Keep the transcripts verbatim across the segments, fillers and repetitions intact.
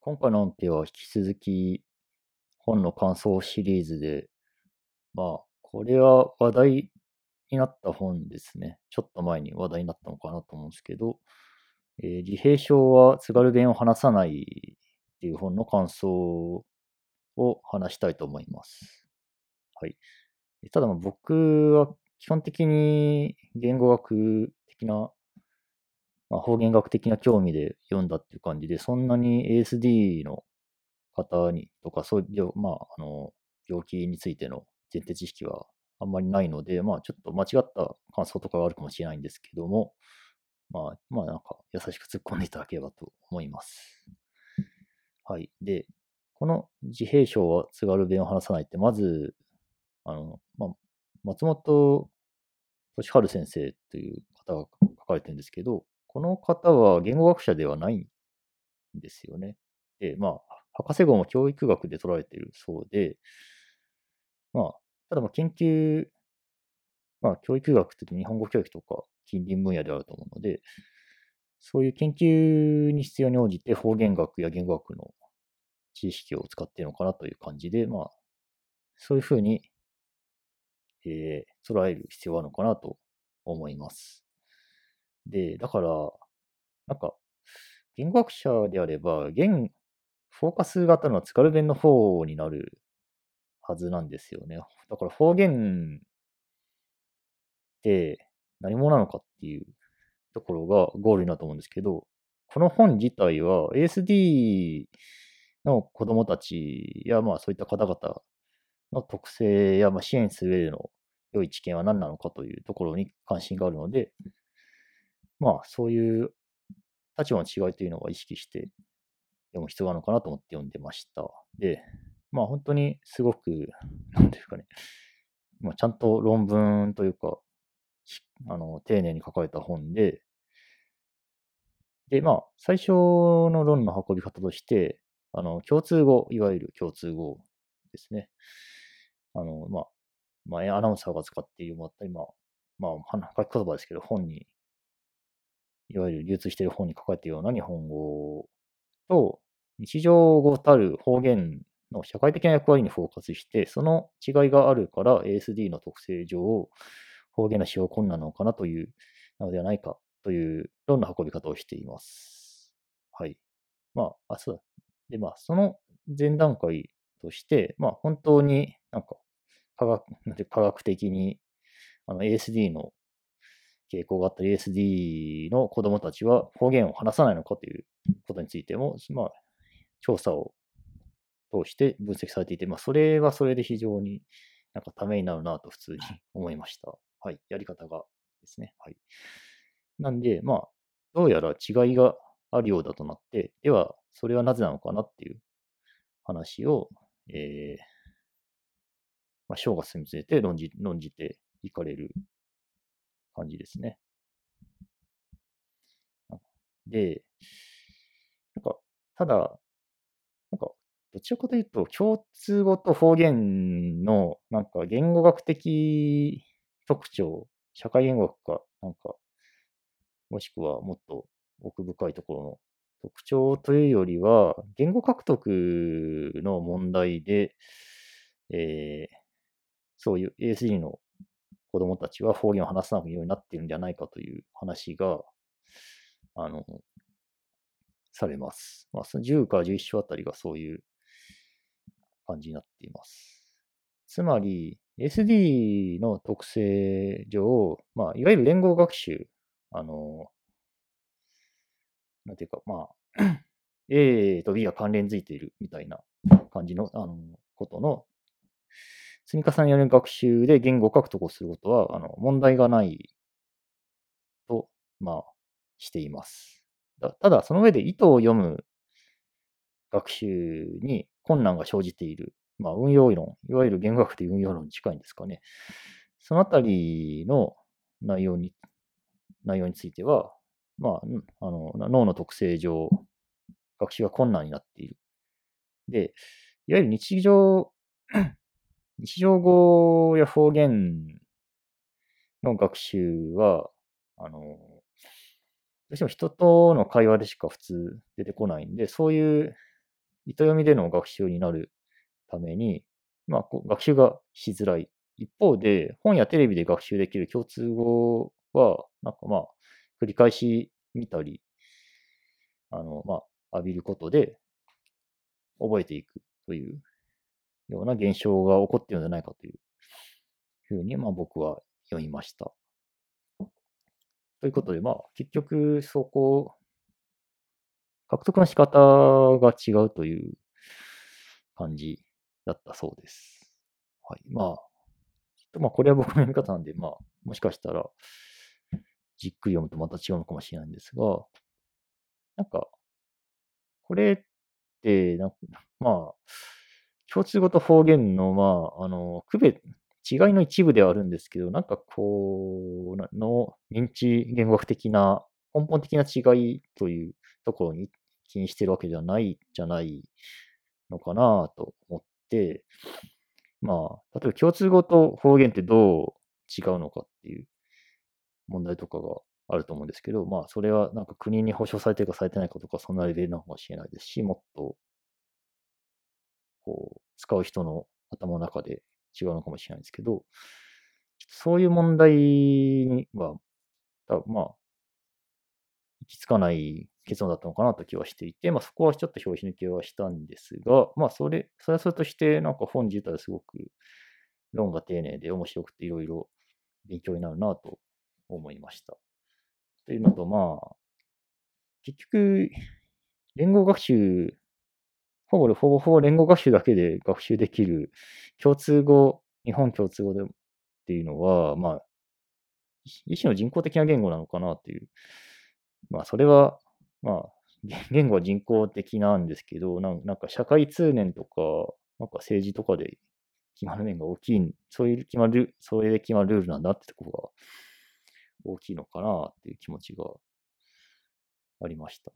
今回の音声は引き続き本の感想シリーズで、まあ、これは話題になった本ですね。ちょっと前に話題になったのかなと思うんですけど、えー自閉症は津軽弁を話さないっていう本の感想を話したいと思います。はい。ただまあ僕は基本的に言語学的な、まあ、方言学的な興味で読んだっていう感じで、そんなに エーエスディー の方にとか、そういう、まあ、あの、病気についての前提知識はあんまりないので、まあ、ちょっと間違った感想とかがあるかもしれないんですけども、まあ、まあ、なんか、優しく突っ込んでいただければと思います。はい。で、この自閉症は津軽弁を話さないって、まず、あの、まあ、松本俊治先生という方が書かれてるんですけど、この方は言語学者ではないんですよね。で、まあ、博士号も教育学で取られているそうで、まあ、ただまあ研究、まあ教育学って日本語教育とか近隣分野であると思うので、そういう研究に必要に応じて方言学や言語学の知識を使っているのかなという感じで、まあ、そういうふうに、えー捉える必要があるのかなと思います。で、だから、なんか、言語学者であれば、言、フォーカス型の津軽弁の方になるはずなんですよね。だから方言って何者なのかっていうところがゴールになると思うんですけど、この本自体は エーエスディー の子供たちや、まあそういった方々の特性や、まあ、支援する上での良い知見は何なのかというところに関心があるので、まあそういう立場の違いというのは意識して読む必要があるのかなと思って読んでました。で、まあ本当にすごく、なんていうかね、まあ、ちゃんと論文というか、あの、丁寧に書かれた本で、で、まあ、最初の論の運び方として、あの、共通語、いわゆる共通語ですね。あの、まあ、まあ、アナウンサーが使っているもったり、まあ、まあ、書き言葉ですけど、本に、いわゆる流通している本に書かれているような日本語と、日常語たる方言の社会的な役割にフォーカスして、その違いがあるから エーエスディー の特性上、方言の使用困難なのかなという、なのではないかという論の運び方をしています。はい。まあ、あ、そうだ。で、まあ、その前段階として、まあ、本当になんか科学、なんて科学的にあの エーエスディー の傾向があった エーエスディー の子供たちは方言を話さないのかということについても、まあ、調査を通して分析されていて、まあ、それはそれで非常になんかためになるなと普通に思いました。はい。やり方がですね。はい。なんで、まあ、どうやら違いがあるようだとなって、では、それはなぜなのかなっていう話を、えー、まあ、章が進みつれて論じ、論じていかれる感じですね。で、なんか、ただ、なんか、どちらかというと、共通語と方言の、なんか、言語学的特徴、社会言語学か、なんか、もしくはもっと奥深いところの特徴というよりは、言語獲得の問題で、えーそういう エーエスディー の子供たちは方言を話さないようになっているんじゃないかという話が、あの、されます。まあ、そのじゅうからじゅういっ章あたりがそういう感じになっています。つまり、エスディー の特性上、まあ、いわゆる連合学習、あの、なんていうか、まあ、A と B が関連づいているみたいな感じの、あの、ことの積み重ねによる学習で言語獲得をすることは、あの、問題がないと、まあ、しています。だただ、その上で意図を読む学習に困難が生じている。まあ、運用論、いわゆる言語学で運用論に近いんですかね。そのあたりの内容に、内容については、まあ、あの脳の特性上、学習が困難になっている。で、いわゆる日常、日常語や方言の学習は、あの、どうしても人との会話でしか普通出てこないんで、そういう糸読みでの学習になるために、まあ、こう学習がしづらい。一方で、本やテレビで学習できる共通語は、なんかまあ、繰り返し見たり、あの、まあ、浴びることで覚えていくというような現象が起こっているのではないかというふうに、まあ僕は読みました。ということで、まあ結局、そこ、獲得の仕方が違うという感じだったそうです。はい。まあ、まあこれは僕の読み方なんで、まあもしかしたらじっくり読むとまた違うのかもしれないんですが、なんか、これって、なんかまあ、共通語と方言の、まあ、あの、区別、違いの一部ではあるんですけど、なんかこう、なの認知言語学的な、根本的な違いというところに気にしてるわけじゃないじゃないのかなと思って、まあ、例えば共通語と方言ってどう違うのかっていう問題とかがあると思うんですけど、まあ、それはなんか国に保障されてるかされてないかとか、そんなレベルなのかもしれないですし、もっと、こう、使う人の頭の中で違うのかもしれないですけど、そういう問題には、たまあ、行き着かない結論だったのかなと気はしていて、まあ、そこはちょっと表紙抜けはしたんですが、まあ、それ、それはそれとして、なんか本自体はすごく論が丁寧で面白くていろいろ勉強になるなと思いました。というのと、まあ、結局、言語学習、ほぼほぼほぼ言語学習だけで学習できる共通語、日本共通語でっていうのは、まあ、一種の人工的な言語なのかなという。まあ、それは、まあ、言語は人工的なんですけど、なんなんか社会通念とか、なんか政治とかで決まる面が大きい、そういう決まる、それで決まるルールなんだってところが大きいのかなっていう気持ちがありました。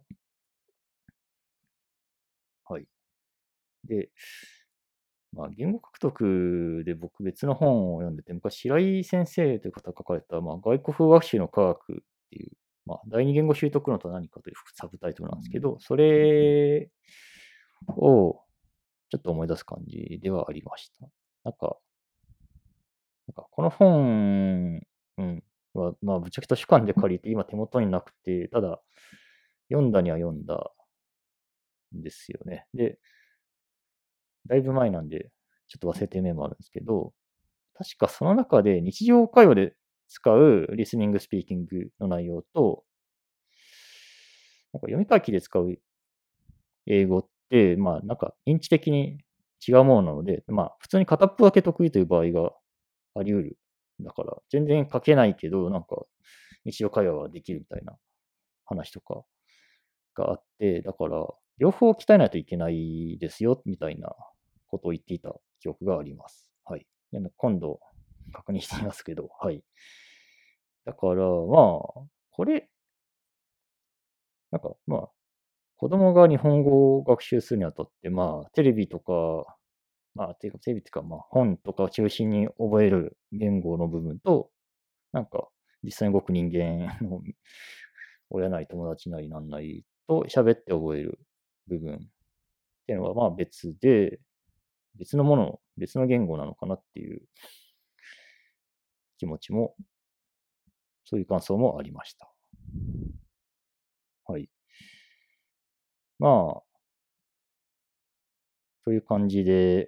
はい。で、まあ、言語獲得で僕別の本を読んでて、昔白井先生という方が書かれた、まあ、外国語学習の科学っていう、まあ、第二言語習得論とは何かというサブタイトルなんですけど、それをちょっと思い出す感じではありました。なんか、なんかこの本、うん、は、まあ、ぶっちゃけ図書館で借りて今手元になくて、ただ、読んだには読んだんですよね。で、だいぶ前なんで、ちょっと忘れてる面もあるんですけど、確かその中で日常会話で使うリスニングスピーキングの内容と、なんか読み書きで使う英語って、まあなんか認知的に違うものなので、まあ普通に片っぽだけ得意という場合があり得る。だから全然書けないけど、なんか日常会話はできるみたいな話とかがあって、だから両方鍛えないといけないですよ、みたいなことを言っていた記憶があります。はい。今度確認してみますけど、はい。だから、まあ、これ、なんか、まあ、子供が日本語を学習するにあたって、まあ、テレビとか、まあ、ていうか、テレビっていうか、まあ、本とかを中心に覚える言語の部分と、なんか、実際に動く人間の親なり友達なりなんなりと喋って覚える部分っていうのは、まあ別で、別のもの、別の言語なのかなっていう気持ちも、そういう感想もありました。はい。まあ、という感じで、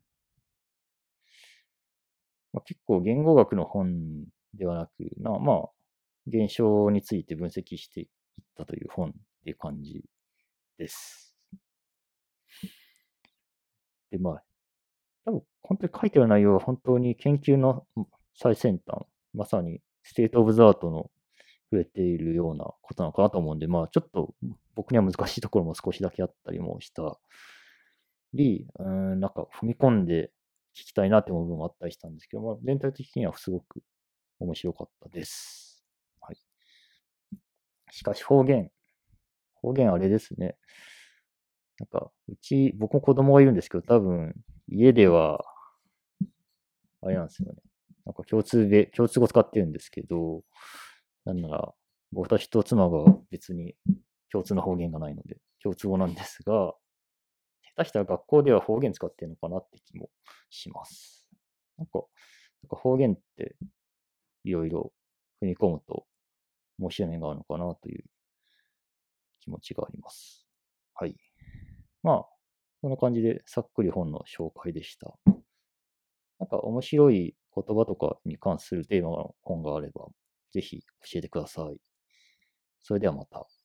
まあ、結構言語学の本ではなく、なまあ、現象について分析していったという本っていう感じです。で、まあ、多分本当に書いてある内容は本当に研究の最先端、まさにステートオブザアートの触れているようなことなのかなと思うんで、まあ、ちょっと僕には難しいところも少しだけあったりもしたり、うん、なんか踏み込んで聞きたいなって思う部分もあったりしたんですけど、まあ、全体的にはすごく面白かったです。はい。しかし方言、方言あれですね。なんか、うち、僕も子供がいるんですけど、多分、家では、あれなんですよね。なんか共通で、共通語使ってるんですけど、なんなら、私と妻が別に共通の方言がないので、共通語なんですが、下たしたら学校では方言使ってるのかなって気もします。なんか、なんか方言っていろいろ踏み込むと面白い面があるのかなという気持ちがあります。はい。まあ、そんな感じでさっくり本の紹介でした。なんか面白い言葉とかに関するテーマの本があれば、ぜひ教えてください。それではまた。